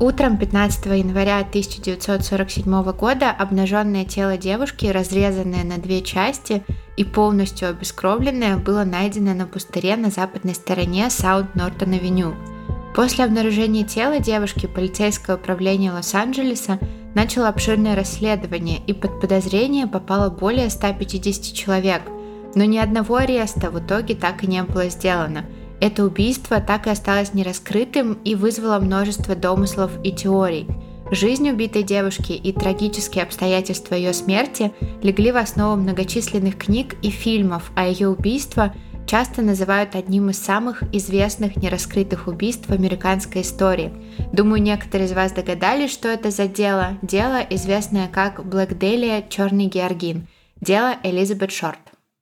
Утром 15 января 1947 года обнаженное тело девушки, разрезанное на две части и полностью обескровленное, было найдено на пустыре на западной стороне Саут-Нортон-авеню. После обнаружения тела девушки полицейское управление Лос-Анджелеса начало обширное расследование, и под подозрение попало более 150 человек, но ни одного ареста в итоге так и не было сделано. Это убийство так и осталось нераскрытым и вызвало множество домыслов и теорий. Жизнь убитой девушки и трагические обстоятельства ее смерти легли в основу многочисленных книг и фильмов, а ее убийство часто называют одним из самых известных нераскрытых убийств в американской истории. Думаю, некоторые из вас догадались, что это за дело. Дело, известное как Блэк Делия, Черный Георгин. Дело Элизабет Шорт.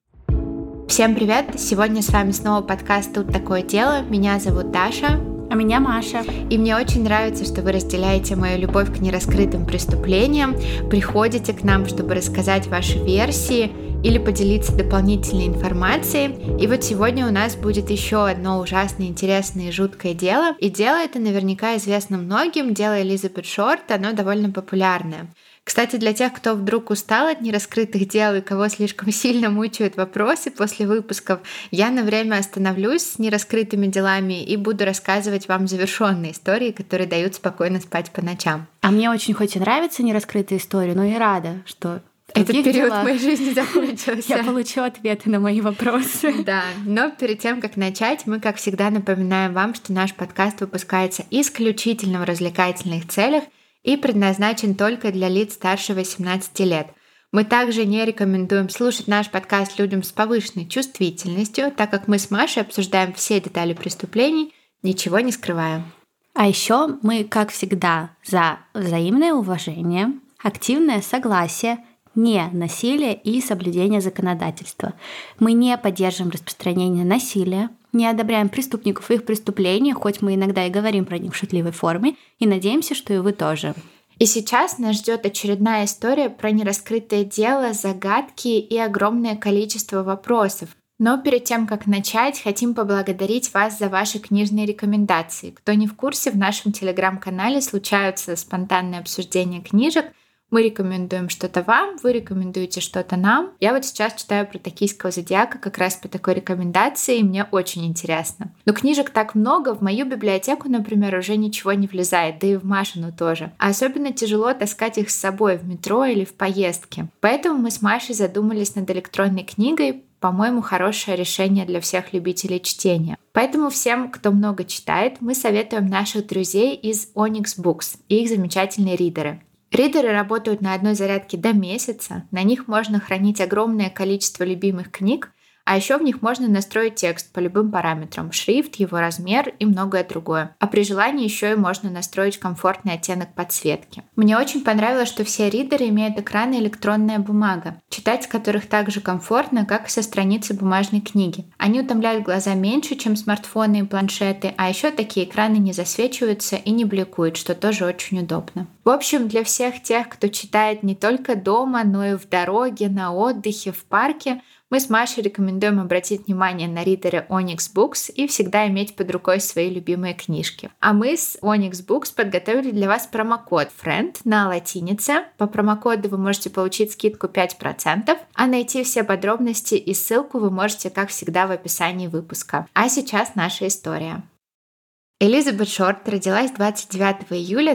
Всем привет! Сегодня с вами снова подкаст «Тут такое дело». Меня зовут Даша. А меня Маша. И мне очень нравится, что вы разделяете мою любовь к нераскрытым преступлениям, приходите к нам, чтобы рассказать ваши версии или поделиться дополнительной информацией. И вот сегодня у нас будет еще одно ужасно интересное и жуткое дело. И дело это наверняка известно многим. Дело Элизабет Шорт, оно довольно популярное. Кстати, для тех, кто вдруг устал от нераскрытых дел и кого слишком сильно мучают вопросы после выпусков, я на время остановлюсь с нераскрытыми делами и буду рассказывать вам завершенные истории, которые дают спокойно спать по ночам. А мне очень хоть и нравятся нераскрытые истории, но и рада, что этот период моей жизни закончился. Я получу ответы на мои вопросы. Да, но перед тем, как начать, мы, как всегда, напоминаем вам, что наш подкаст выпускается исключительно в развлекательных целях и предназначен только для лиц старше 18 лет. Мы также не рекомендуем слушать наш подкаст людям с повышенной чувствительностью, так как мы с Машей обсуждаем все детали преступлений, ничего не скрываем. А еще мы, как всегда, за взаимное уважение, активное согласие, не насилие и соблюдение законодательства. Мы не поддерживаем распространение насилия, не одобряем преступников и их преступления, хоть мы иногда и говорим про них в шутливой форме, и надеемся, что и вы тоже. И сейчас нас ждет очередная история про нераскрытое дело, загадки и огромное количество вопросов. Но перед тем, как начать, хотим поблагодарить вас за ваши книжные рекомендации. Кто не в курсе, в нашем телеграм-канале случаются спонтанные обсуждения книжек. Мы рекомендуем что-то вам, вы рекомендуете что-то нам. Я вот сейчас читаю про «Токийского зодиака» как раз по такой рекомендации, и мне очень интересно. Но книжек так много, в мою библиотеку, например, уже ничего не влезает, да и в Машину тоже. А особенно тяжело таскать их с собой в метро или в поездке. Поэтому мы с Машей задумались над электронной книгой, по-моему, хорошее решение для всех любителей чтения. Поэтому всем, кто много читает, мы советуем наших друзей из Onyx Books и их замечательные ридеры. Ридеры работают на одной зарядке до месяца, на них можно хранить огромное количество любимых книг, а еще в них можно настроить текст по любым параметрам, шрифт, его размер и многое другое. А при желании еще и можно настроить комфортный оттенок подсветки. Мне очень понравилось, что все ридеры имеют экран и электронная бумага, читать с которых так же комфортно, как и со страницы бумажной книги. Они утомляют глаза меньше, чем смартфоны и планшеты, а еще такие экраны не засвечиваются и не бликуют, что тоже очень удобно. В общем, для всех тех, кто читает не только дома, но и в дороге, на отдыхе, в парке, мы с Машей рекомендуем обратить внимание на ридеры Onyx Books и всегда иметь под рукой свои любимые книжки. А мы с Onyx Books подготовили для вас промокод FRIEND на латинице. По промокоду вы можете получить скидку 5%, а найти все подробности и ссылку вы можете, как всегда, в описании выпуска. А сейчас наша история. Элизабет Шорт родилась 29 июля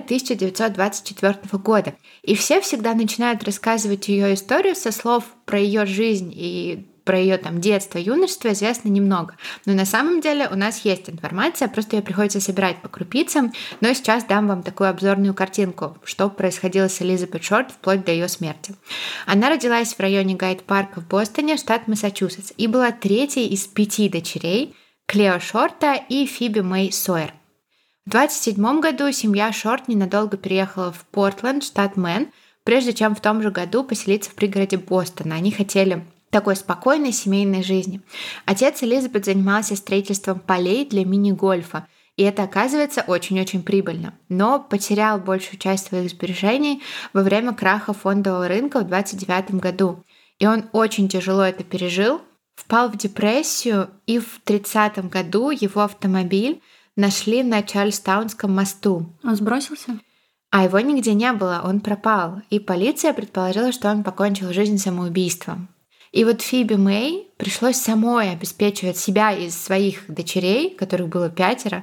1924 года, и все всегда начинают рассказывать ее историю со слов про ее жизнь и про ее детство, юношество известно немного. Но на самом деле у нас есть информация, просто ее приходится собирать по крупицам, но сейчас дам вам такую обзорную картинку, что происходило с Элизабет Шорт вплоть до ее смерти. Она родилась в районе Гайд-парка в Бостоне, штат Массачусетс, и была третьей из 5 дочерей Клео Шорта и Фиби Мэй Сойер. В 1927 году семья Шорт ненадолго переехала в Портленд, штат Мэн, прежде чем в том же году поселиться в пригороде Бостона. Они хотели такой спокойной семейной жизни. Отец Элизабет занимался строительством полей для мини-гольфа, и это, оказывается, очень-очень прибыльно. Но потерял большую часть своих сбережений во время краха фондового рынка в 1929 году. И он очень тяжело это пережил, впал в депрессию, и в 1930 году его автомобиль нашли на Чарльстаунском мосту. Он сбросился? А его нигде не было, он пропал. И полиция предположила, что он покончил жизнь самоубийством. И вот Фиби Мэй пришлось самой обеспечивать себя из своих дочерей, которых было 5,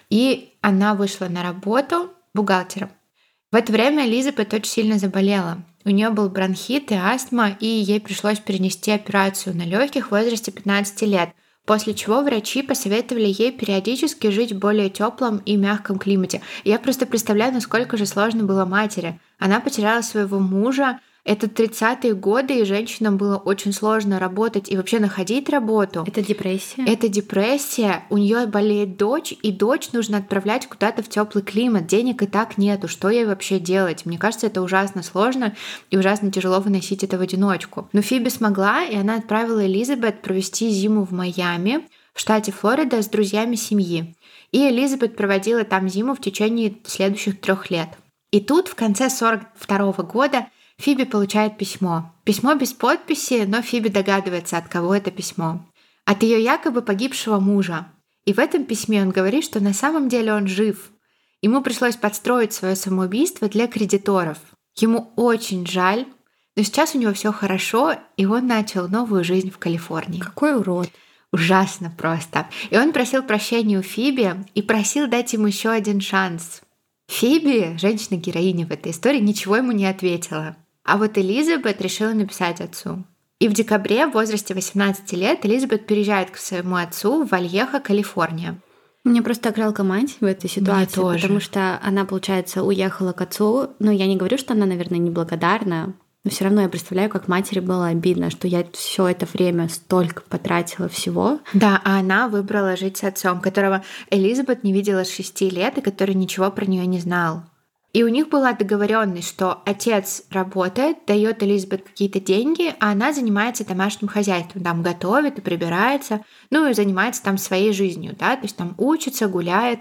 и она вышла на работу бухгалтером. В это время Элизабет очень сильно заболела. У нее был бронхит и астма, и ей пришлось перенести операцию на легких в возрасте 15 лет, после чего врачи посоветовали ей периодически жить в более теплом и мягком климате. Я просто представляю, насколько же сложно было матери. Она потеряла своего мужа. Это 30-е годы, и женщинам было очень сложно работать и вообще находить работу. Это депрессия? Это депрессия. У нее болеет дочь, и дочь нужно отправлять куда-то в теплый климат. Денег и так нету. Что ей вообще делать? Мне кажется, это ужасно сложно и ужасно тяжело выносить это в одиночку. Но Фиби смогла, и она отправила Элизабет провести зиму в Майами, в штате Флорида, с друзьями семьи. И Элизабет проводила там зиму в течение следующих 3 лет. И тут, в конце 1942 года, Фиби получает письмо. Письмо без подписи, но Фиби догадывается, от кого это письмо. От ее якобы погибшего мужа. И в этом письме он говорит, что на самом деле он жив. Ему пришлось подстроить свое самоубийство для кредиторов. Ему очень жаль, но сейчас у него все хорошо, и он начал новую жизнь в Калифорнии. Какой урод. Ужасно просто. И он просил прощения у Фиби и просил дать ему еще один шанс. Фиби, женщина-героиня в этой истории, ничего ему не ответила. А вот Элизабет решила написать отцу. И в декабре, в возрасте 18 лет, Элизабет переезжает к своему отцу в Вальехо, Калифорния. Мне просто так жалко мать в этой ситуации, потому что она, получается, уехала к отцу. Ну, я не говорю, что она, наверное, неблагодарна, но все равно я представляю, как матери было обидно, что я все это время столько потратила всего. Да, а она выбрала жить с отцом, которого Элизабет не видела с 6 лет и который ничего про нее не знал. И у них была договоренность, что отец работает, дает Элизабет какие-то деньги, а она занимается домашним хозяйством, там готовит и прибирается, ну и занимается там своей жизнью, да, то есть там учится, гуляет.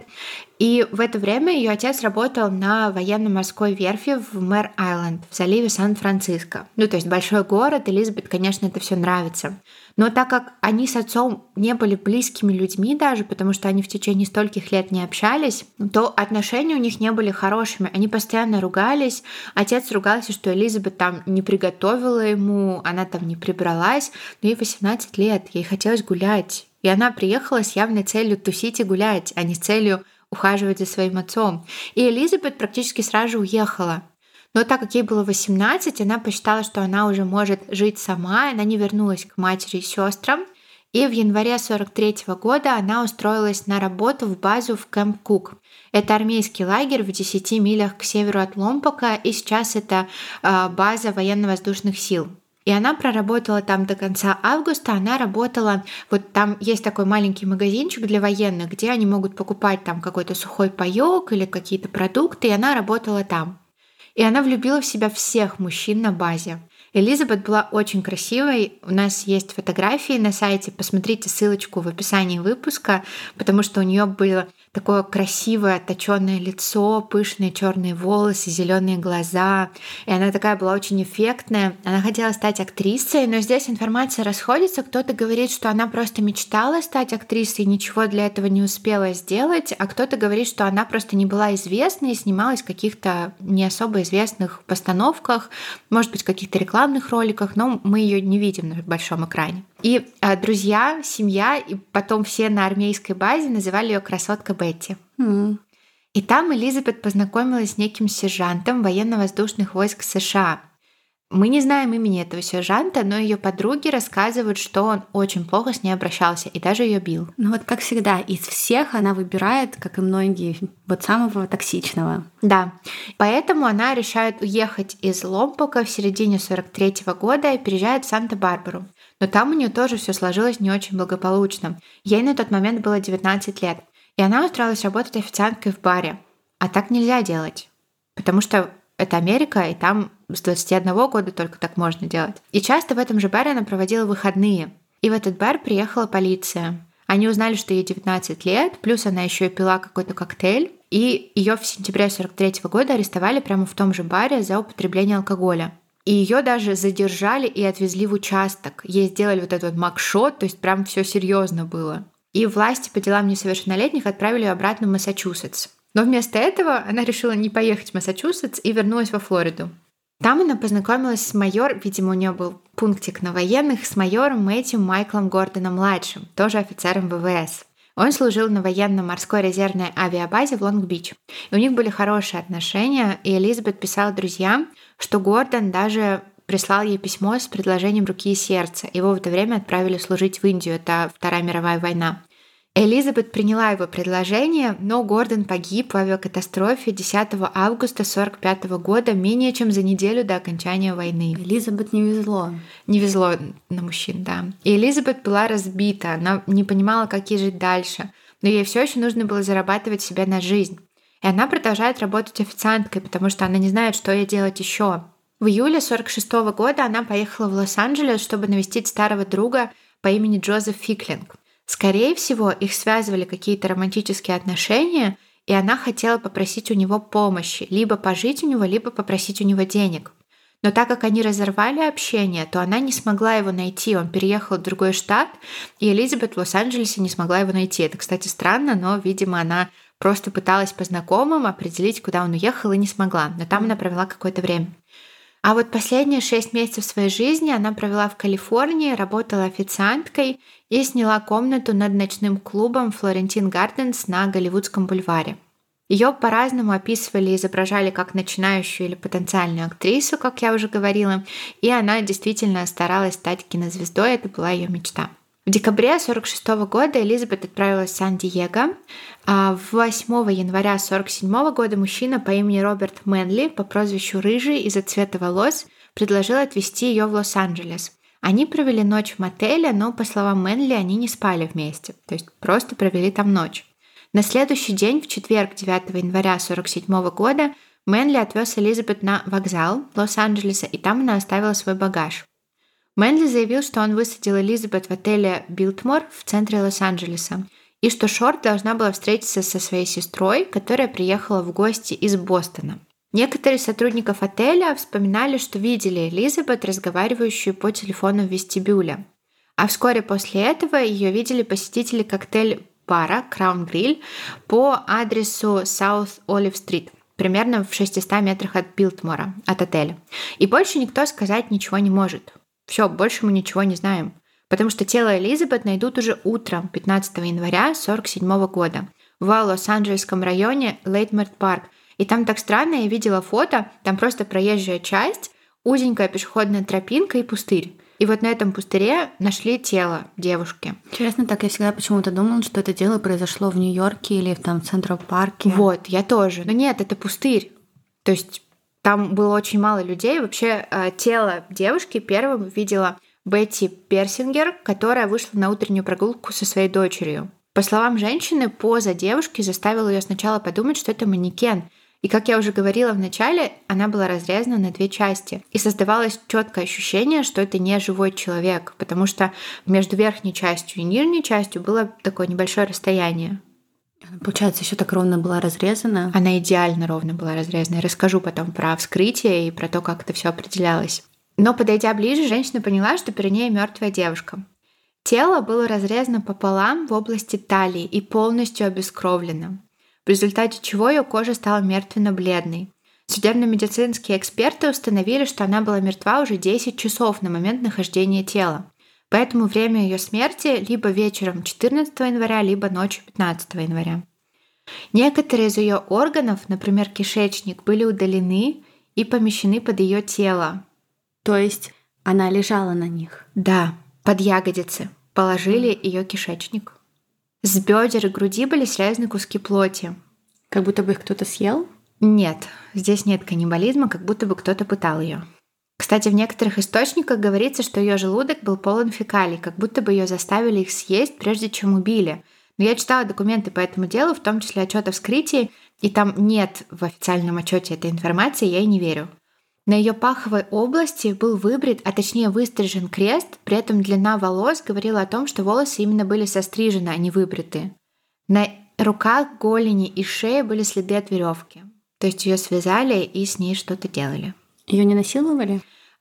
И в это время ее отец работал на военно-морской верфи в Мэр-Айленд, в заливе Сан-Франциско. Ну, то есть большой город, Элизабет, конечно, это все нравится. Но так как они с отцом не были близкими людьми даже, потому что они в течение стольких лет не общались, то отношения у них не были хорошими. Они постоянно ругались. Отец ругался, что Элизабет там не приготовила ему, она там не прибралась. Но ей 18 лет, ей хотелось гулять. И она приехала с явной целью тусить и гулять, а не с целью ухаживать за своим отцом. И Элизабет практически сразу же уехала. Но так как ей было 18, она посчитала, что она уже может жить сама, она не вернулась к матери и сестрам. И в январе 1943 года она устроилась на работу в базу в Кэмп Кук. Это армейский лагерь в 10 милях к северу от Ломпока, и сейчас это база военно-воздушных сил. И она проработала там до конца августа. Она работала, вот там есть такой маленький магазинчик для военных, где они могут покупать там какой-то сухой паёк или какие-то продукты, и она работала там. И она влюбила в себя всех мужчин на базе. Элизабет была очень красивой. У нас есть фотографии на сайте. Посмотрите ссылочку в описании выпуска, потому что у нее было такое красивое, точёное лицо, пышные черные волосы, зеленые глаза. И она такая была очень эффектная. Она хотела стать актрисой, но здесь информация расходится. Кто-то говорит, что она просто мечтала стать актрисой и ничего для этого не успела сделать, а кто-то говорит, что она просто не была известной и снималась в каких-то не особо известных постановках, может быть, в каких-то рекламных роликах, но мы ее не видим на большом экране. И друзья, семья, и потом все на армейской базе называли ее красотка Бетти. И там Элизабет познакомилась с неким сержантом военно-воздушных войск США. Мы не знаем имени этого сержанта, но ее подруги рассказывают, что он очень плохо с ней обращался и даже ее бил. Ну вот как всегда, из всех она выбирает, как и многие, вот самого токсичного. Да, поэтому она решает уехать из Ломпока в середине 1943 года и переезжает в Санта-Барбару. Но там у нее тоже все сложилось не очень благополучно. Ей на тот момент было 19 лет, и она устроилась работать официанткой в баре. А так нельзя делать, потому что это Америка, и там с 21 года только так можно делать. И часто в этом же баре она проводила выходные. И в этот бар приехала полиция. Они узнали, что ей 19 лет, плюс она еще и пила какой-то коктейль. И ее в сентябре 1943 года арестовали прямо в том же баре за употребление алкоголя. И ее даже задержали и отвезли в участок. Ей сделали вот этот вот макшот, то есть прям все серьезно было. и власти по делам несовершеннолетних отправили ее обратно в Массачусетс. Но вместо этого она решила не поехать в Массачусетс и вернулась во Флориду. Там она познакомилась с майором, видимо, у нее был пунктик на военных, с майором Мэтью Майклом Гордоном-младшим, тоже офицером ВВС. Он служил на военно-морской резервной авиабазе в Лонг-Бич. И у них были хорошие отношения, и Элизабет писала друзьям, что Гордон даже прислал ей письмо с предложением руки и сердца. Его в это время отправили служить в Индию, это Вторая мировая война. Элизабет приняла его предложение, но Гордон погиб в авиакатастрофе 10 августа 1945 года, менее чем за неделю до окончания войны. Элизабет не везло. Не везло на мужчин, да. И Элизабет была разбита, она не понимала, как ей жить дальше, но ей все еще нужно было зарабатывать себе на жизнь. И она продолжает работать официанткой, потому что она не знает, что ей делать еще. В июле 1946 года она поехала в Лос-Анджелес, чтобы навестить старого друга по имени Джозеф Фиклинг. Скорее всего, их связывали какие-то романтические отношения, и она хотела попросить у него помощи, либо пожить у него, либо попросить у него денег. Но так как они разорвали общение, то она не смогла его найти. Он переехал в другой штат, и Элизабет в Лос-Анджелесе не смогла его найти. Это, кстати, странно, но, видимо, она просто пыталась по знакомым определить, куда он уехал, и не смогла. Но там она провела какое-то время. А вот последние 6 месяцев своей жизни она провела в Калифорнии, работала официанткой и сняла комнату над ночным клубом Флорентин Гарденс на Голливудском бульваре. Ее по-разному описывали и изображали как начинающую или потенциальную актрису, как я уже говорила, и она действительно старалась стать кинозвездой, это была ее мечта. В декабре 1946 года Элизабет отправилась в Сан-Диего, а 8 января 1947 года мужчина по имени Роберт Мэнли по прозвищу Рыжий из-за цвета волос предложил отвезти ее в Лос-Анджелес. Они провели ночь в мотеле, но, по словам Мэнли, они не спали вместе, то есть просто провели там ночь. На следующий день, в четверг, 9 января 1947 года, Мэнли отвез Элизабет на вокзал Лос-Анджелеса, и там она оставила свой багаж. Мэнли заявил, что он высадил Элизабет в отеле «Билтмор» в центре Лос-Анджелеса, и что Шорт должна была встретиться со своей сестрой, которая приехала в гости из Бостона. Некоторые из сотрудников отеля вспоминали, что видели Элизабет, разговаривающую по телефону в вестибюле. А вскоре после этого ее видели посетители коктейль-бара «Краун Гриль» по адресу South Olive-стрит, примерно в 600 метрах от Билтмора, от отеля. И больше никто сказать ничего не может. Все, больше мы ничего не знаем. Потому что тело Элизабет найдут уже утром 15 января 1947 года в Лос-Анджелесском районе Лейтмарт-парк. И там так странно, я видела фото, там просто проезжая часть, узенькая пешеходная тропинка и пустырь. И вот на этом пустыре нашли тело девушки. Интересно, так я всегда почему-то думала, что это дело произошло в Нью-Йорке или там в Централ-парке. Вот, я тоже. Но нет, это пустырь. То есть там было очень мало людей. Вообще тело девушки первым видела Бетти Персингер, которая вышла на утреннюю прогулку со своей дочерью. По словам женщины, поза девушки заставила ее сначала подумать, что это манекен. И, как я уже говорила в начале, она была разрезана на 2 части. И создавалось четкое ощущение, что это не живой человек, потому что между верхней частью и нижней частью было такое небольшое расстояние. Получается, еще так ровно была разрезана. Она идеально ровно была разрезана. Я расскажу потом про вскрытие и про то, как это все определялось. Но, подойдя ближе, женщина поняла, что перед ней мертвая девушка. Тело было разрезано пополам в области талии и полностью обескровлено, в результате чего ее кожа стала мертвенно-бледной. Судебно-медицинские эксперты установили, что она была мертва уже 10 часов на момент нахождения тела. Поэтому время ее смерти либо вечером 14 января, либо ночью 15 января. Некоторые из ее органов, например, кишечник, были удалены и помещены под ее тело. То есть она лежала на них? Да, под ягодицы положили ее кишечник. С бедер и груди были срезаны куски плоти. Как будто бы их кто-то съел? Нет, здесь нет каннибализма, как будто бы кто-то пытал ее. Кстати, в некоторых источниках говорится, что ее желудок был полон фекалий, как будто бы ее заставили их съесть, прежде чем убили. Но я читала документы по этому делу, в том числе отчет о вскрытии, и там нет в официальном отчете этой информации, я ей не верю. На ее паховой области был выбрит, а точнее выстрижен крест, при этом длина волос говорила о том, что волосы именно были сострижены, а не выбриты. На руках, голени и шее были следы от веревки. То есть ее связали и с ней что-то делали. Ее не насиловали?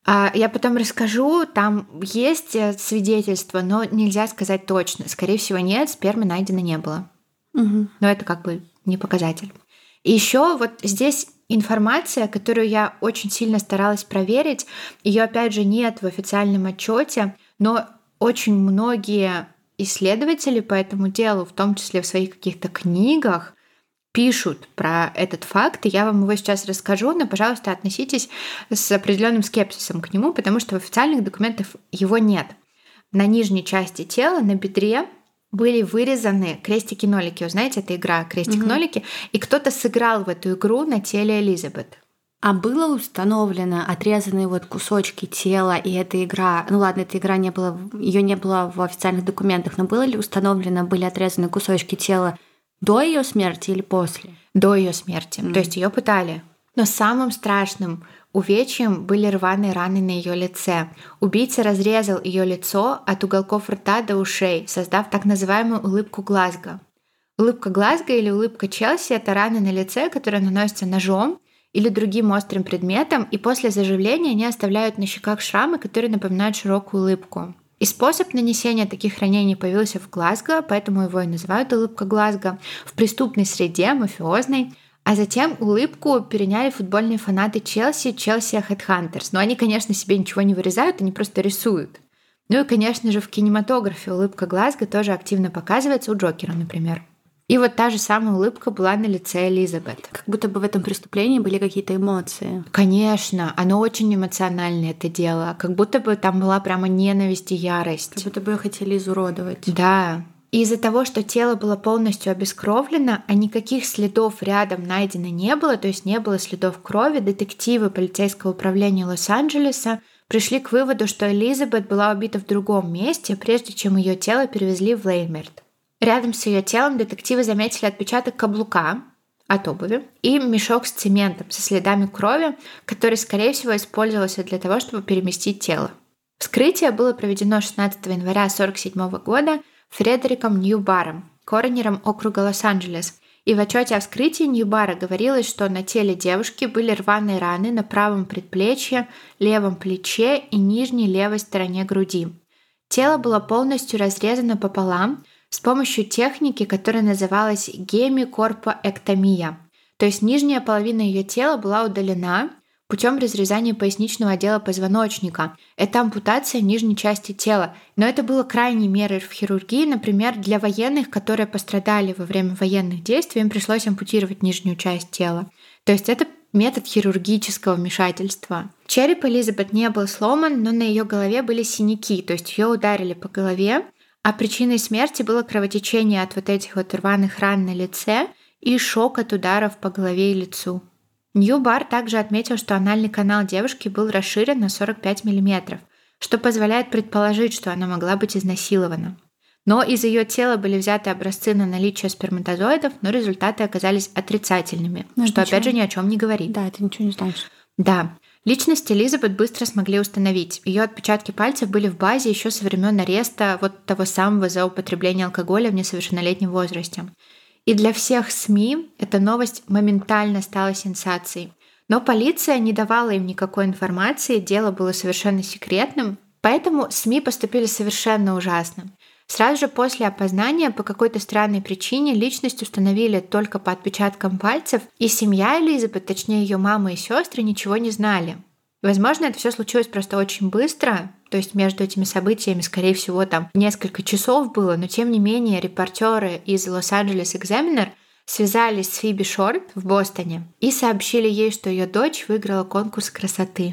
Я потом расскажу, там есть свидетельства, но нельзя сказать точно. Скорее всего, нет, спермы найдено не было. Угу. Но это как бы не показатель. И еще вот здесь информация, которую я очень сильно старалась проверить, ее опять же нет в официальном отчете, но очень многие исследователи по этому делу, в том числе в своих каких-то книгах, пишут про этот факт, и я вам его сейчас расскажу, но, пожалуйста, относитесь с определенным скепсисом к нему, потому что в официальных документах его нет. На нижней части тела, на бедре, были вырезаны крестики-нолики. Вы знаете, это игра крестик-нолики, и кто-то сыграл в эту игру на теле Элизабет. А было установлено отрезанные вот кусочки тела, и эта игра, ну ладно, эта игра не было, ее не было в официальных документах, но было ли установлено, были отрезаны кусочки тела до ее смерти или после? До ее смерти. То есть ее пытали. Но самым страшным увечьем были рваные раны на ее лице. Убийца разрезал ее лицо от уголков рта до ушей, создав так называемую улыбку Глазго. Улыбка Глазго или улыбка Челси — это раны на лице, которые наносятся ножом или другим острым предметом, и после заживления они оставляют на щеках шрамы, которые напоминают широкую улыбку. И способ нанесения таких ранений появился в Глазго, поэтому его и называют улыбка Глазго, в преступной среде, мафиозной. А затем улыбку переняли футбольные фанаты Челси Headhunters. Но они, конечно, себе ничего не вырезают, они просто рисуют. Ну и, конечно же, в кинематографе улыбка Глазго тоже активно показывается у Джокера, например. И вот та же самая улыбка была на лице Элизабет. Как будто бы в этом преступлении были какие-то эмоции. Конечно, оно очень эмоциональное, это дело. Как будто бы там была прямо ненависть и ярость. Как будто бы ее хотели изуродовать. Да. И из-за того, что тело было полностью обескровлено, а никаких следов рядом найдено не было, то есть не было следов крови, детективы полицейского управления Лос-Анджелеса пришли к выводу, что Элизабет была убита в другом месте, прежде чем ее тело перевезли в Леймерт. Рядом с ее телом детективы заметили отпечаток каблука от обуви и мешок с цементом со следами крови, который, скорее всего, использовался для того, чтобы переместить тело. Вскрытие было проведено 16 января 1947 года Фредериком Ньюбаром, коронером округа Лос-Анджелес. И в отчете о вскрытии Ньюбара говорилось, что на теле девушки были рваные раны на правом предплечье, левом плече и нижней левой стороне груди. Тело было полностью разрезано пополам с помощью техники, которая называлась гемикорпоэктомия. То есть нижняя половина ее тела была удалена путем разрезания поясничного отдела позвоночника. Это ампутация нижней части тела. Но это было крайней мерой в хирургии. Например, для военных, которые пострадали во время военных действий, им пришлось ампутировать нижнюю часть тела. То есть это метод хирургического вмешательства. Череп Элизабет не был сломан, но на ее голове были синяки, то есть ее ударили по голове, а причиной смерти было кровотечение от вот этих вот рваных ран на лице и шок от ударов по голове и лицу. Ньюбар также отметил, что анальный канал девушки был расширен на 45 мм, что позволяет предположить, что она могла быть изнасилована. Но из ее тела были взяты образцы на наличие сперматозоидов, но результаты оказались отрицательными, что опять же ни о чем не говорит. Да, это ничего не значит. Да. Личность Элизабет быстро смогли установить. Ее отпечатки пальцев были в базе еще со времен ареста вот того самого за употребление алкоголя в несовершеннолетнем возрасте. И для всех СМИ эта новость моментально стала сенсацией. Но полиция не давала им никакой информации, дело было совершенно секретным, поэтому СМИ поступили совершенно ужасно. Сразу же после опознания по какой-то странной причине личность установили только по отпечаткам пальцев, и семья Элизабет, точнее ее мама и сестры, ничего не знали. Возможно, это все случилось просто очень быстро, то есть между этими событиями, скорее всего, там несколько часов было, но тем не менее репортеры из Los-Angeles Examiner связались с Фиби Шорт в Бостоне и сообщили ей, что ее дочь выиграла конкурс красоты.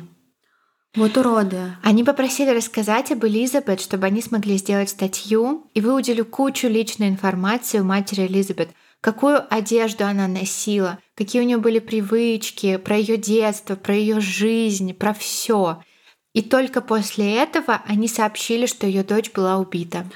Вот уроды. Они попросили рассказать об Элизабет, чтобы они смогли сделать статью, и выудили кучу личной информации у матери Элизабет. Какую одежду она носила, какие у нее были привычки, про ее детство, про ее жизнь, про все. И только после этого они сообщили, что ее дочь была убита.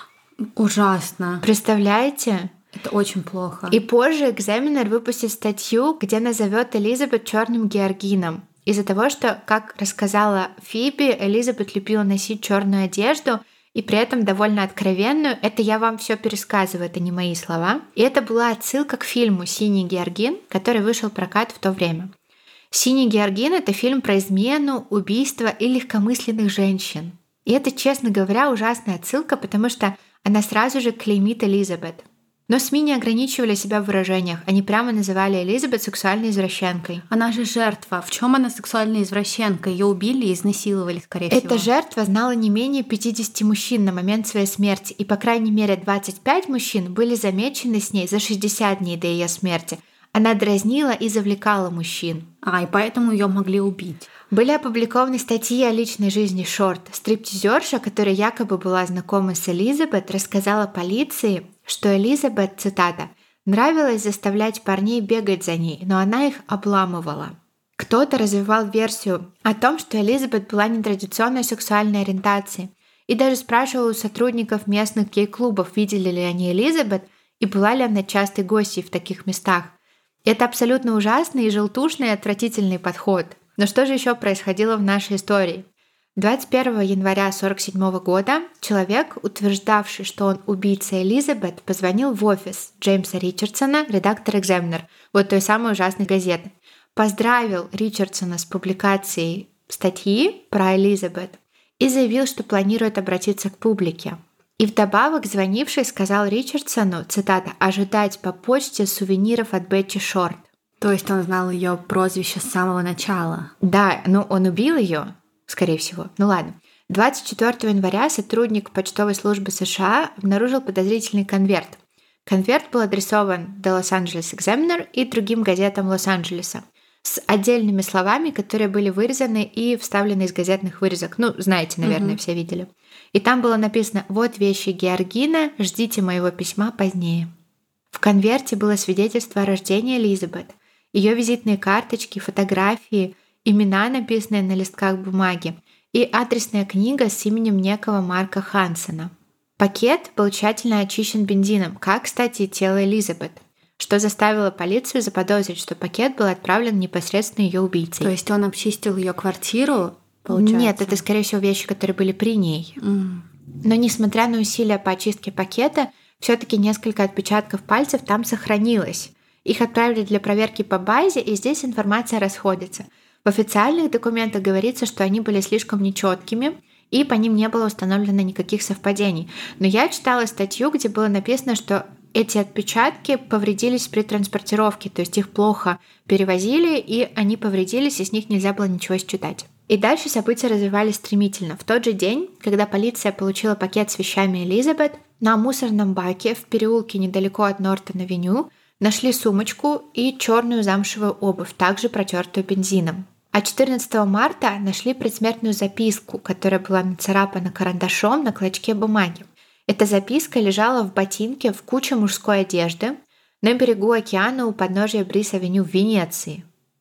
Ужасно. Представляете? Это очень плохо. И позже Экзаменер выпустит статью, где назовет Элизабет черным георгином. Из-за того, что, как рассказала Фиби, Элизабет любила носить черную одежду, и при этом довольно откровенную. Это я вам все пересказываю, это не мои слова. И это была отсылка к фильму «Синий георгин», который вышел в прокат в то время. «Синий Георгин» — это фильм про измену, убийство и легкомысленных женщин. И это, честно говоря, ужасная отсылка, потому что она сразу же клеймит Элизабет. Но СМИ не ограничивали себя в выражениях, они прямо называли Элизабет сексуальной извращенкой. Она же жертва. В чем она сексуальная извращенка? Ее убили и изнасиловали, скорее всего. Эта жертва знала не менее 50 мужчин на момент своей смерти, и по крайней мере 25 мужчин были замечены с ней за 60 дней до ее смерти. Она дразнила и завлекала мужчин. И поэтому ее могли убить. Были опубликованы статьи о личной жизни Шорт. Стриптизерша, которая якобы была знакома с Элизабет, рассказала полиции, что Элизабет, цитата, «нравилось заставлять парней бегать за ней, но она их обламывала». Кто-то развивал версию о том, что Элизабет была нетрадиционной сексуальной ориентации, и даже спрашивал у сотрудников местных гей-клубов, видели ли они Элизабет и была ли она частой гостьей в таких местах. Это абсолютно ужасный и желтушный и отвратительный подход. Но что же еще происходило в нашей истории? 21 января 1947 года человек, утверждавший, что он убийца Элизабет, позвонил в офис Джеймса Ричардсона, редактора «Экзаменер», вот той самой ужасной газеты, поздравил Ричардсона с публикацией статьи про Элизабет и заявил, что планирует обратиться к публике. И вдобавок звонивший сказал Ричардсону, цитата, «ожидать по почте сувениров от Бетти Шорт». То есть он знал ее прозвище с самого начала. Да, он убил ее, скорее всего. Ну ладно. 24 января сотрудник почтовой службы США обнаружил подозрительный конверт. Конверт был адресован The Los Angeles Examiner и другим газетам Лос-Анджелеса с отдельными словами, которые были вырезаны и вставлены из газетных вырезок. Знаете, наверное, все видели. И там было написано «Вот вещи Георгина, ждите моего письма позднее». В конверте было свидетельство о рождении Элизабет, ее визитные карточки, фотографии, имена, написанные на листках бумаги, и адресная книга с именем некого Марка Хансена. Пакет был тщательно очищен бензином, как, кстати, и тело Элизабет, что заставило полицию заподозрить, что пакет был отправлен непосредственно ее убийцей. То есть он обчистил ее квартиру, получается? Нет, это, скорее всего, вещи, которые были при ней. Но несмотря на усилия по очистке пакета, все-таки несколько отпечатков пальцев там сохранилось. Их отправили для проверки по базе, и здесь информация расходится. В официальных документах говорится, что они были слишком нечеткими, и по ним не было установлено никаких совпадений. Но я читала статью, где было написано, что эти отпечатки повредились при транспортировке, то есть их плохо перевозили, и они повредились, и с них нельзя было ничего считать. И дальше события развивались стремительно. В тот же день, когда полиция получила пакет с вещами Элизабет, на мусорном баке в переулке недалеко от Нортон-авеню нашли сумочку и черную замшевую обувь, также протертую бензином. А 14 марта нашли предсмертную записку, которая была нацарапана карандашом на клочке бумаги. Эта записка лежала в ботинке в куче мужской одежды на берегу океана у подножия Брис-авеню в Венеции.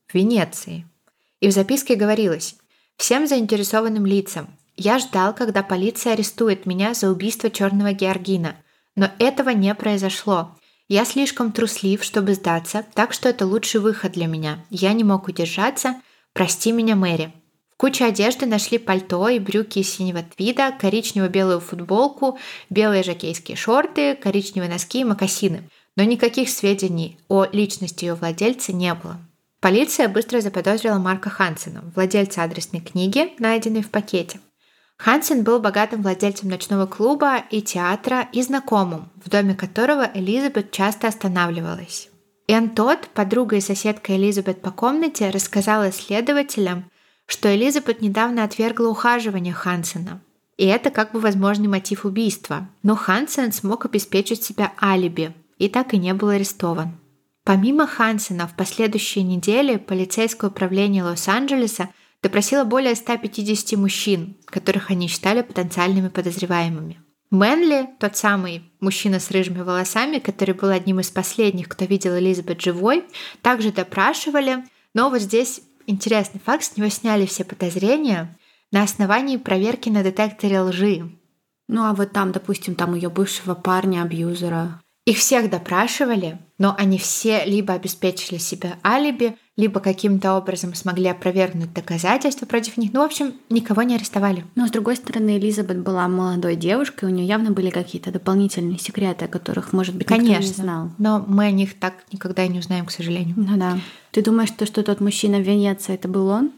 И в записке говорилось: «Всем заинтересованным лицам, я ждал, когда полиция арестует меня за убийство черного Георгина, но этого не произошло. Я слишком труслив, чтобы сдаться, так что это лучший выход для меня. Я не мог удержаться. Прости меня, Мэри». В куче одежды нашли пальто и брюки из синего твида, коричнево-белую футболку, белые жокейские шорты, коричневые носки и мокасины. Но никаких сведений о личности ее владельца не было. Полиция быстро заподозрила Марка Хансена, владельца адресной книги, найденной в пакете. Хансен был богатым владельцем ночного клуба и театра и знакомым, в доме которого Элизабет часто останавливалась. Энн Тодд, подруга и соседка Элизабет по комнате, рассказала следователям, что Элизабет недавно отвергла ухаживание Хансена. И это как бы возможный мотив убийства. Но Хансен смог обеспечить себе алиби и так и не был арестован. Помимо Хансена, в последующие недели полицейское управление Лос-Анджелеса допросило более 150 мужчин, которых они считали потенциальными подозреваемыми. Мэнли, тот самый мужчина с рыжими волосами, который был одним из последних, кто видел Элизабет живой, также допрашивали, но вот здесь интересный факт, с него сняли все подозрения на основании проверки на детекторе лжи. А вот там, допустим, там ее бывшего парня, абьюзера. Их всех допрашивали, но они все либо обеспечили себе алиби, либо каким-то образом смогли опровергнуть доказательства против них. В общем, никого не арестовали. Но, с другой стороны, Элизабет была молодой девушкой, у нее явно были какие-то дополнительные секреты, о которых, может быть, никто не знал. Но мы о них так никогда и не узнаем, к сожалению. Ну да. Ты думаешь, что тот мужчина в Венеции, это был он?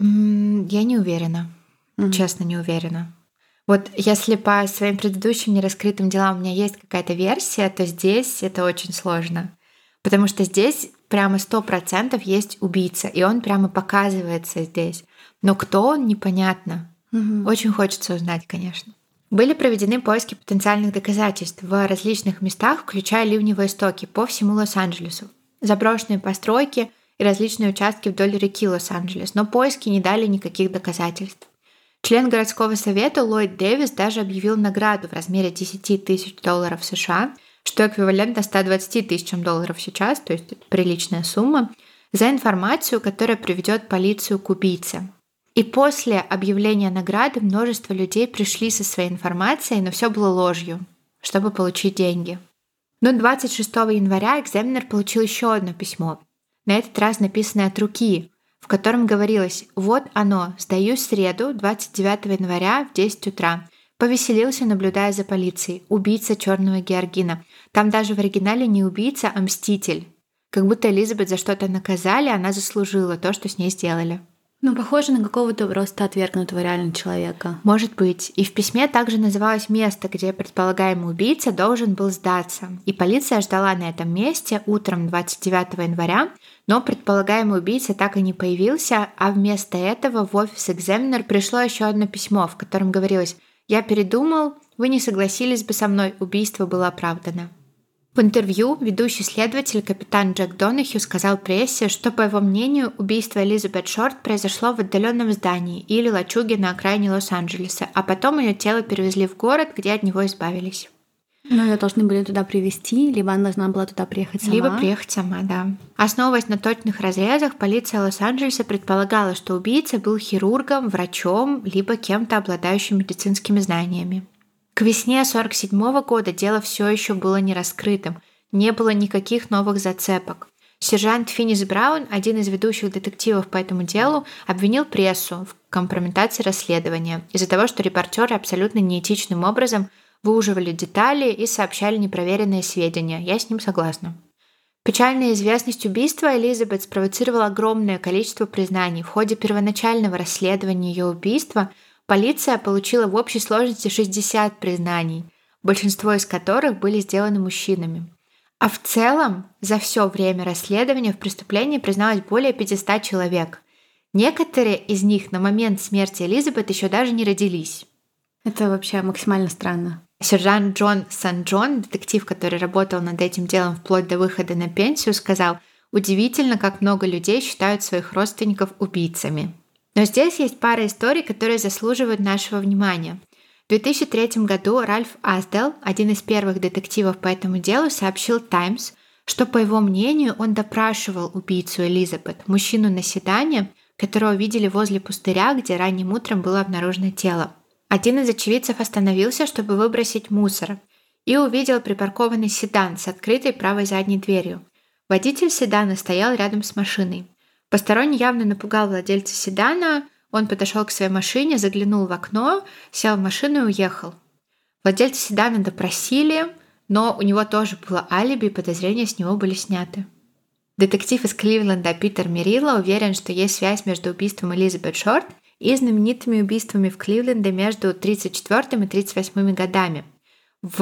Я не уверена. Честно, не уверена. Вот если по своим предыдущим нераскрытым делам у меня есть какая-то версия, то здесь это очень сложно. Потому что здесь прямо 100% есть убийца, и он прямо показывается здесь. Но кто он, непонятно. Очень хочется узнать, конечно. Были проведены поиски потенциальных доказательств в различных местах, включая ливневые стоки по всему Лос-Анджелесу, заброшенные постройки и различные участки вдоль реки Лос-Анджелес, но поиски не дали никаких доказательств. Член городского совета Ллойд Дэвис даже объявил награду в размере $10 тысяч США, что эквивалентно $120 тысячам сейчас, то есть это приличная сумма, за информацию, которая приведет полицию к убийце. И после объявления награды множество людей пришли со своей информацией, но все было ложью, чтобы получить деньги. Но 26 января экзаменер получил еще одно письмо, на этот раз написанное от руки, в котором говорилось: «Вот оно, сдаю в среду, 29 января в 10 утра. Повеселился, наблюдая за полицией. Убийца черного Георгина». Там даже в оригинале не убийца, а мститель. Как будто Элизабет за что-то наказали, она заслужила то, что с ней сделали. Ну, похоже на какого-то просто отвергнутого реально человека. Может быть. И в письме также называлось место, где предполагаемый убийца должен был сдаться. И полиция ждала на этом месте утром 29 января, но предполагаемый убийца так и не появился, а вместо этого в офис экзаменер пришло еще одно письмо, в котором говорилось: «Я передумал, вы не согласились бы со мной, убийство было оправдано». В интервью ведущий следователь капитан Джек Донахью сказал прессе, что, по его мнению, убийство Элизабет Шорт произошло в отдаленном здании или лачуге на окраине Лос-Анджелеса, а потом ее тело перевезли в город, где от него избавились. Но ее должны были туда привезти, либо она должна была туда приехать сама. Либо приехать сама, да. Основываясь на точных разрезах, полиция Лос-Анджелеса предполагала, что убийца был хирургом, врачом, либо кем-то, обладающим медицинскими знаниями. К весне 1947 года дело все еще было не раскрытым, не было никаких новых зацепок. Сержант Финнис Браун, один из ведущих детективов по этому делу, обвинил прессу в компрометации расследования из-за того, что репортеры абсолютно неэтичным образом выуживали детали и сообщали непроверенные сведения. Я с ним согласна. Печальная известность убийства Элизабет спровоцировала огромное количество признаний. В ходе первоначального расследования ее убийства полиция получила в общей сложности 60 признаний, большинство из которых были сделаны мужчинами. А в целом за все время расследования в преступлении призналось более 500 человек. Некоторые из них на момент смерти Элизабет еще даже не родились. Это вообще максимально странно. Сержант Джон Сан-Джон, детектив, который работал над этим делом вплоть до выхода на пенсию, сказал: «Удивительно, как много людей считают своих родственников убийцами». Но здесь есть пара историй, которые заслуживают нашего внимания. В 2003 году Ральф Аздел, один из первых детективов по этому делу, сообщил «Таймс», что, по его мнению, он допрашивал убийцу Элизабет, мужчину на седане, которого видели возле пустыря, где ранним утром было обнаружено тело. Один из очевидцев остановился, чтобы выбросить мусор, и увидел припаркованный седан с открытой правой задней дверью. Водитель седана стоял рядом с машиной. Посторонний явно напугал владельца седана, он подошел к своей машине, заглянул в окно, сел в машину и уехал. Владельца седана допросили, но у него тоже было алиби, и подозрения с него были сняты. Детектив из Кливленда Питер Мерило уверен, что есть связь между убийством Элизабет Шорт и знаменитыми убийствами в Кливленде между 1934 и 1938 годами. В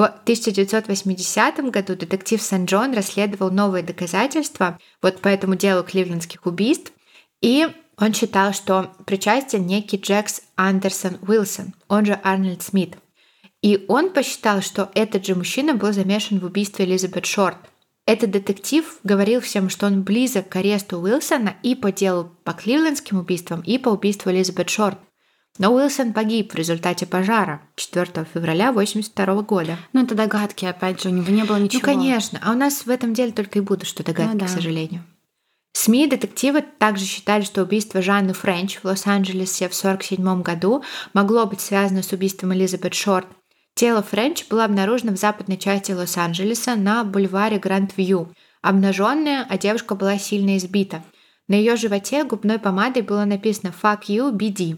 1980 году детектив Сан-Джон расследовал новые доказательства вот по этому делу кливлендских убийств, и он считал, что причастен некий Джекс Андерсон Уилсон, он же Арнольд Смит. И он посчитал, что этот же мужчина был замешан в убийстве Элизабет Шорт. Этот детектив говорил всем, что он близок к аресту Уилсона и по делу по кливлендским убийствам, и по убийству Элизабет Шорт. Но Уилсон погиб в результате пожара 4 февраля 1982 года. Ну, это догадки, опять же, у него не было ничего. Ну, конечно. А у нас в этом деле только и будут что догадки, к сожалению. СМИ и детективы также считали, что убийство Жанны Френч в Лос-Анджелесе в 1947 году могло быть связано с убийством Элизабет Шорт. Тело Френч было обнаружено в западной части Лос-Анджелеса на бульваре Гранд-Вью, обнаженная, а девушка была сильно избита. На ее животе губной помадой было написано «Fuck you, BD».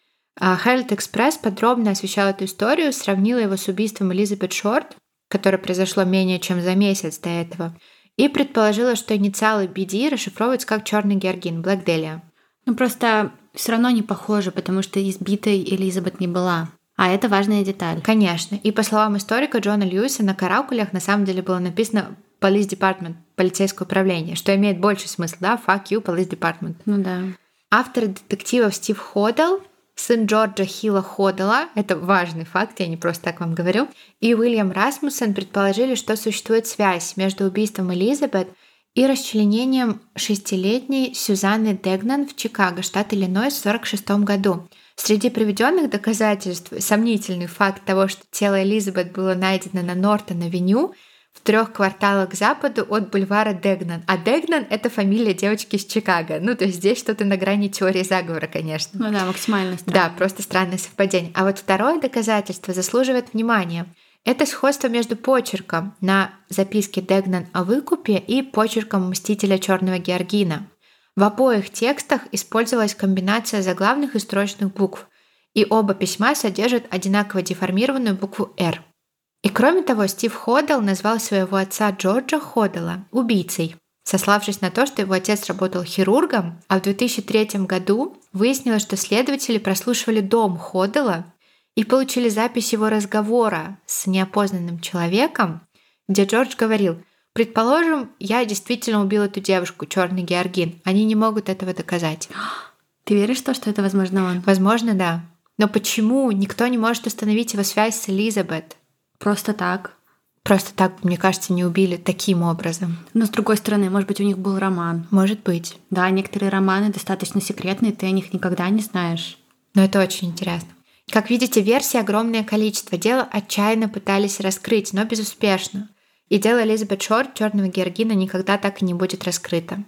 Herald Express подробно освещал эту историю, сравнила его с убийством Элизабет Шорт, которое произошло менее чем за месяц до этого, и предположила, что инициалы BD расшифровываются как черный георгин, Black Dahlia. Просто все равно не похоже, потому что избитой Элизабет не была. А это важная деталь. Конечно. И по словам историка Джона Льюиса, на каракулях на самом деле было написано Police Department, полицейское управление, что имеет больше смысла, да? Fuck you, Police Department. Ну да. Автор детективов Стив Ходел, сын Джорджа Хилла Ходела, это важный факт, я не просто так вам говорю, и Уильям Расмуссен предположили, что существует связь между убийством Элизабет и расчленением 6-летней Сюзанны Дегнан в Чикаго, штат Иллинойс, в 1946 году. Среди приведенных доказательств сомнительный факт того, что тело Элизабет было найдено на Нортон-авеню в 3 кварталах к западу от бульвара Дегнан. А Дегнан — это фамилия девочки из Чикаго. То есть здесь что-то на грани теории заговора, конечно. Ну да, максимально странно. Да, просто странное совпадение. А вот второе доказательство заслуживает внимания. Это сходство между почерком на записке Дегнан о выкупе и почерком мстителя черного георгина. В обоих текстах использовалась комбинация заглавных и строчных букв, и оба письма содержат одинаково деформированную букву «Р». И кроме того, Стив Ходел назвал своего отца Джорджа Ходела убийцей, сославшись на то, что его отец работал хирургом, а в 2003 году выяснилось, что следователи прослушивали дом Ходела и получили запись его разговора с неопознанным человеком, где Джордж говорил: «Предположим, я действительно убил эту девушку, черный георгин. Они не могут этого доказать». Ты веришь в то, что это, возможно, он? Возможно, да. Но почему никто не может установить его связь с Элизабет? Просто так. Просто так, мне кажется, не убили таким образом. Но с другой стороны, может быть, у них был роман. Может быть. Да, некоторые романы достаточно секретные, ты о них никогда не знаешь. Но это очень интересно. Как видите, версий огромное количество. Дело отчаянно пытались раскрыть, но безуспешно. И дело Элизабет Шорт, черного георгина, никогда так и не будет раскрыто.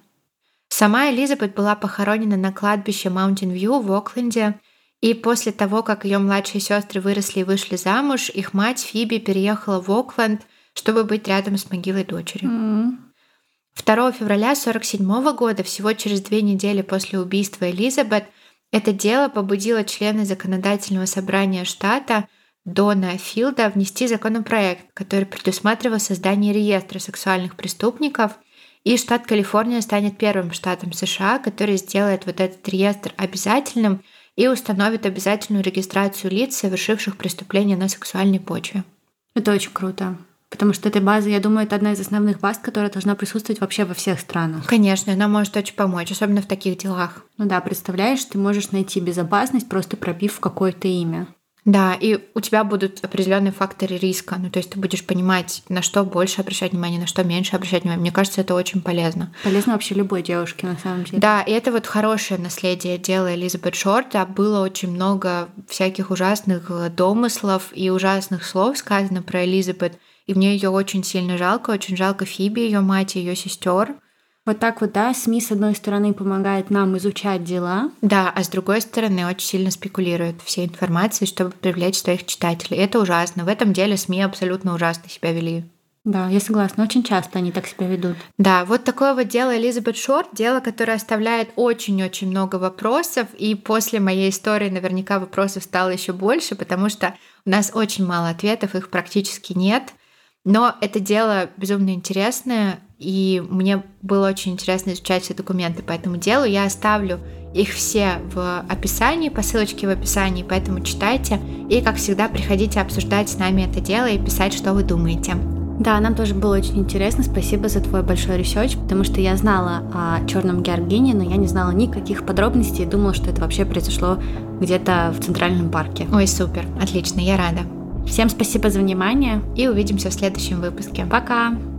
Сама Элизабет была похоронена на кладбище Маунтин-Вью в Окленде, и после того, как ее младшие сестры выросли и вышли замуж, их мать Фиби переехала в Окленд, чтобы быть рядом с могилой дочери. 2 февраля 1947 года, всего через 2 недели после убийства Элизабет, это дело побудило члены законодательного собрания штата Дона Филда внести законопроект, который предусматривал создание реестра сексуальных преступников, и штат Калифорния станет первым штатом США, который сделает вот этот реестр обязательным и установит обязательную регистрацию лиц, совершивших преступления на сексуальной почве. Это очень круто. Потому что эта база, я думаю, это одна из основных баз, которая должна присутствовать вообще во всех странах. Конечно, она может очень помочь, особенно в таких делах. Ну да, представляешь, ты можешь найти безопасность, просто пробив какое-то имя. Да, и у тебя будут определенные факторы риска. То есть ты будешь понимать, на что больше обращать внимание, на что меньше обращать внимание. Мне кажется, это очень полезно. Полезно вообще любой девушке, на самом деле. Да, и это вот хорошее наследие дела Элизабет Шорт. Было очень много всяких ужасных домыслов и ужасных слов сказано про Элизабет. И мне ее очень сильно жалко. Очень жалко Фиби, ее мать и ее сестер. Вот так вот, да, СМИ, с одной стороны, помогает нам изучать дела. Да, а с другой стороны, очень сильно спекулируют всей информацией, чтобы привлечь своих читателей. И это ужасно. В этом деле СМИ абсолютно ужасно себя вели. Да, я согласна. Очень часто они так себя ведут. Да, вот такое вот дело Элизабет Шорт, дело, которое оставляет очень-очень много вопросов. И после моей истории наверняка вопросов стало еще больше, потому что у нас очень мало ответов, их практически нет. Но это дело безумно интересное, и мне было очень интересно изучать все документы по этому делу. Я оставлю их все в описании, по ссылочке в описании, поэтому читайте. И, как всегда, приходите обсуждать с нами это дело и писать, что вы думаете. Да, нам тоже было очень интересно. Спасибо за твой большой ресерч, потому что я знала о черном георгине, но я не знала никаких подробностей и думала, что это вообще произошло где-то в Центральном парке. Ой, супер, отлично, я рада. Всем спасибо за внимание и увидимся в следующем выпуске. Пока!